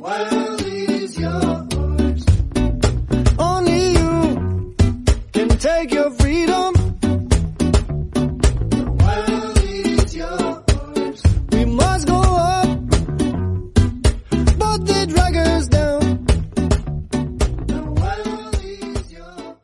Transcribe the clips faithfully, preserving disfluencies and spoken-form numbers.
world is yours. Only you can take your freedom. The world is yours. We must go up, but they drag us down. The world is yours.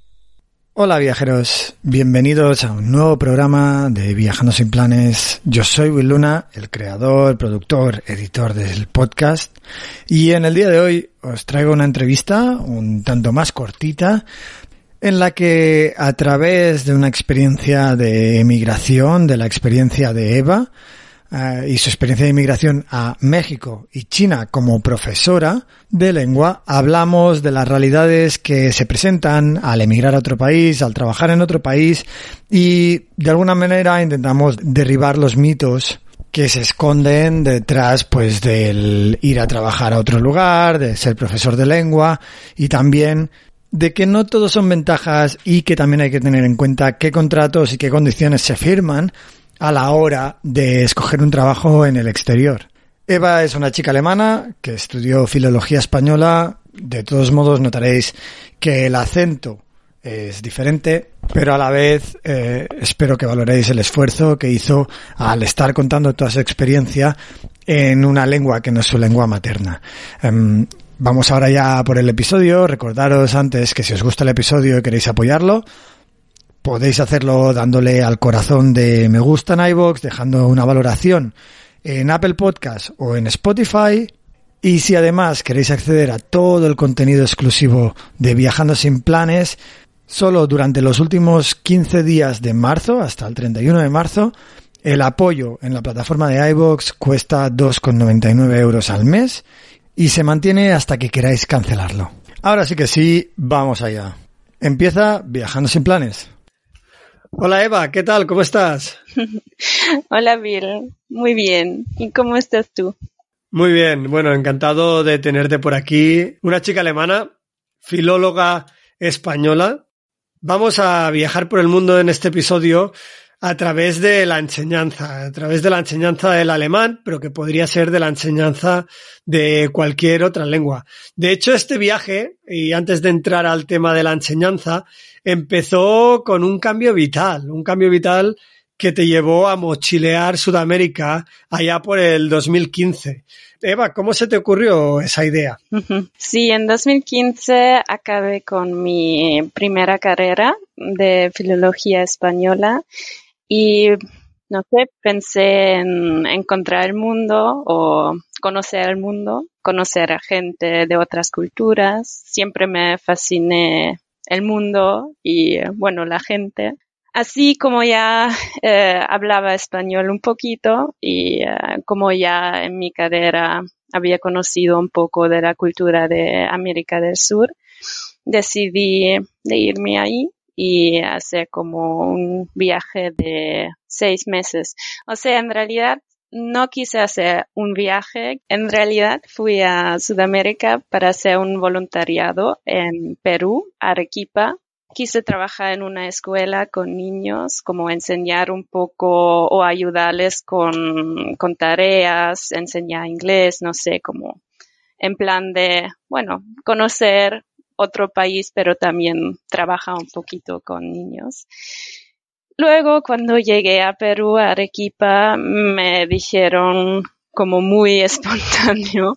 Hola viajeros, bienvenidos a un nuevo programa de Viajando sin Planes. Yo soy Will Luna, el creador, productor, editor del podcast, y en el día de hoy os traigo una entrevista un tanto más cortita en la que, a través de una experiencia de emigración, de la experiencia de Eva uh, y su experiencia de inmigración a México y China como profesora de lengua, hablamos de las realidades que se presentan al emigrar a otro país, al trabajar en otro país, y de alguna manera intentamos derribar los mitos que se esconden detrás, pues, del ir a trabajar a otro lugar, de ser profesor de lengua, y también de que no todos son ventajas y que también hay que tener en cuenta qué contratos y qué condiciones se firman a la hora de escoger un trabajo en el exterior. Eva es una chica alemana que estudió filología española. De todos modos notaréis que el acento es diferente, pero a la vez eh, espero que valoréis el esfuerzo que hizo al estar contando toda su experiencia en una lengua que no es su lengua materna. Um, vamos ahora ya por el episodio. Recordaros antes que si os gusta el episodio y queréis apoyarlo, podéis hacerlo dándole al corazón de me gusta en iVoox, dejando una valoración en Apple Podcast o en Spotify. Y si además queréis acceder a todo el contenido exclusivo de Viajando sin Planes, solo durante los últimos quince días de marzo, hasta el treinta y uno de marzo, el apoyo en la plataforma de iVoox cuesta dos con noventa y nueve euros al mes y se mantiene hasta que queráis cancelarlo. Ahora sí que sí, vamos allá. Empieza Viajando sin Planes. Hola Eva, ¿qué tal? ¿Cómo estás? Hola Bill, muy bien. ¿Y cómo estás tú? Muy bien, bueno, encantado de tenerte por aquí. Una chica alemana, filóloga española. Vamos a viajar por el mundo en este episodio a través de la enseñanza, a través de la enseñanza del alemán, pero que podría ser de la enseñanza de cualquier otra lengua. De hecho, este viaje, y antes de entrar al tema de la enseñanza, empezó con un cambio vital, un cambio vital que te llevó a mochilear Sudamérica allá por el dos mil quince. Eva, ¿cómo se te ocurrió esa idea? Sí, en dos mil quince acabé con mi primera carrera de filología española y, no sé, pensé en encontrar el mundo o conocer el mundo, conocer a gente de otras culturas. Siempre me fasciné el mundo y, bueno, la gente. Así como ya eh, hablaba español un poquito y eh, como ya en mi carrera había conocido un poco de la cultura de América del Sur, decidí de irme ahí y hacer como un viaje de seis meses. O sea, en realidad no quise hacer un viaje. En realidad fui a Sudamérica para hacer un voluntariado en Perú, Arequipa. Quise trabajar en una escuela con niños, como enseñar un poco o ayudarles con, con tareas, enseñar inglés, no sé, como en plan de, bueno, conocer otro país, pero también trabajar un poquito con niños. Luego, cuando llegué a Perú, a Arequipa, me dijeron como muy espontáneo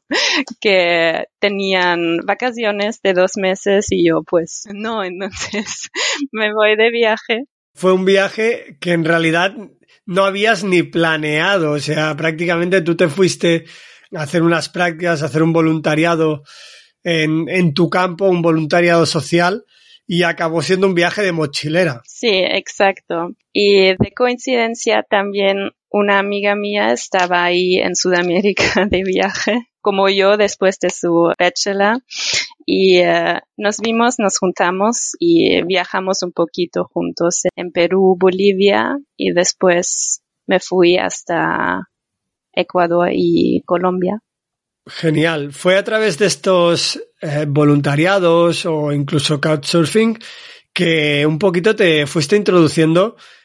que tenían vacaciones de dos meses y yo pues no, entonces me voy de viaje. Fue un viaje que en realidad no habías ni planeado, o sea, prácticamente tú te fuiste a hacer unas prácticas, a hacer un voluntariado en, en tu campo, un voluntariado social, y acabó siendo un viaje de mochilera. Sí, exacto. Y de coincidencia también una amiga mía estaba ahí en Sudamérica de viaje, como yo, después de su bachelor. Y uh, nos vimos, nos juntamos y viajamos un poquito juntos en Perú, Bolivia, y después me fui hasta Ecuador y Colombia. Genial. ¿Fue a través de estos eh, voluntariados o incluso couchsurfing que un poquito te fuiste introduciendo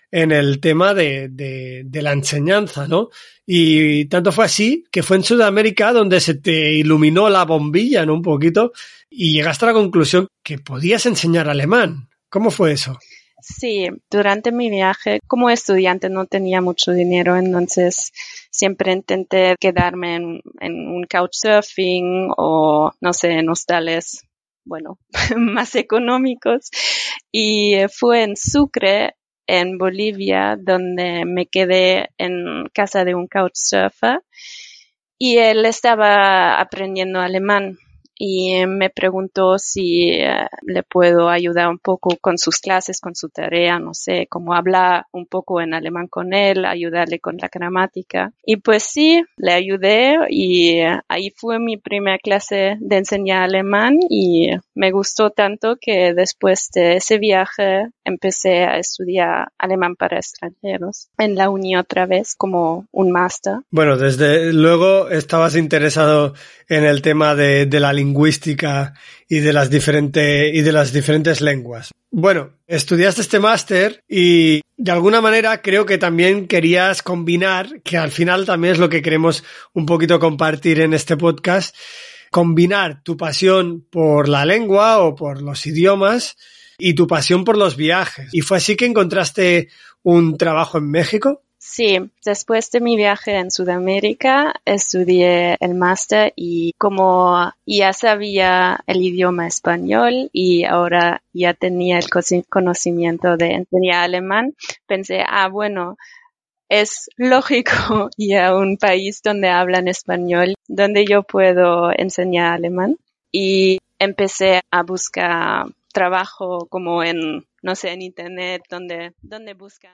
en el tema de, de, de la enseñanza, ¿no? Y tanto fue así que fue en Sudamérica donde se te iluminó la bombilla, ¿no? Un poquito, y llegaste a la conclusión que podías enseñar alemán. ¿Cómo fue eso? Sí, durante mi viaje como estudiante no tenía mucho dinero, entonces siempre intenté quedarme en, en un couchsurfing o, no sé, en hostales, bueno, más económicos. Y fue en Sucre, en Bolivia, donde me quedé en casa de un couchsurfer y él estaba aprendiendo alemán. Y me preguntó si uh, le puedo ayudar un poco con sus clases, con su tarea, no sé, cómo hablar un poco en alemán con él, ayudarle con la gramática. Y pues sí, le ayudé y uh, ahí fue mi primera clase de enseñar alemán y me gustó tanto que después de ese viaje empecé a estudiar alemán para extranjeros en la uni otra vez como un máster. Bueno, desde luego estabas interesado en el tema de, de la lingüística y de las diferentes y de las diferentes lenguas. Bueno, estudiaste este máster y de alguna manera creo que también querías combinar, que al final también es lo que queremos un poquito compartir en este podcast, combinar tu pasión por la lengua o por los idiomas y tu pasión por los viajes. ¿Y fue así que encontraste un trabajo en México? Sí, después de mi viaje en Sudamérica estudié el máster y como ya sabía el idioma español y ahora ya tenía el conocimiento de enseñar alemán, pensé, ah, bueno, es lógico ir a un país donde hablan español, donde yo puedo enseñar alemán. Y empecé a buscar trabajo como en, no sé, en internet, donde, donde buscan.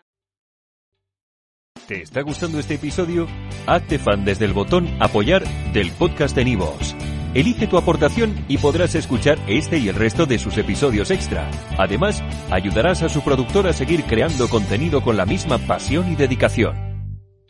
¿Te está gustando este episodio? Hazte fan desde el botón Apoyar del podcast de Nivos. Elige tu aportación y podrás escuchar este y el resto de sus episodios extra. Además, ayudarás a su productor a seguir creando contenido con la misma pasión y dedicación.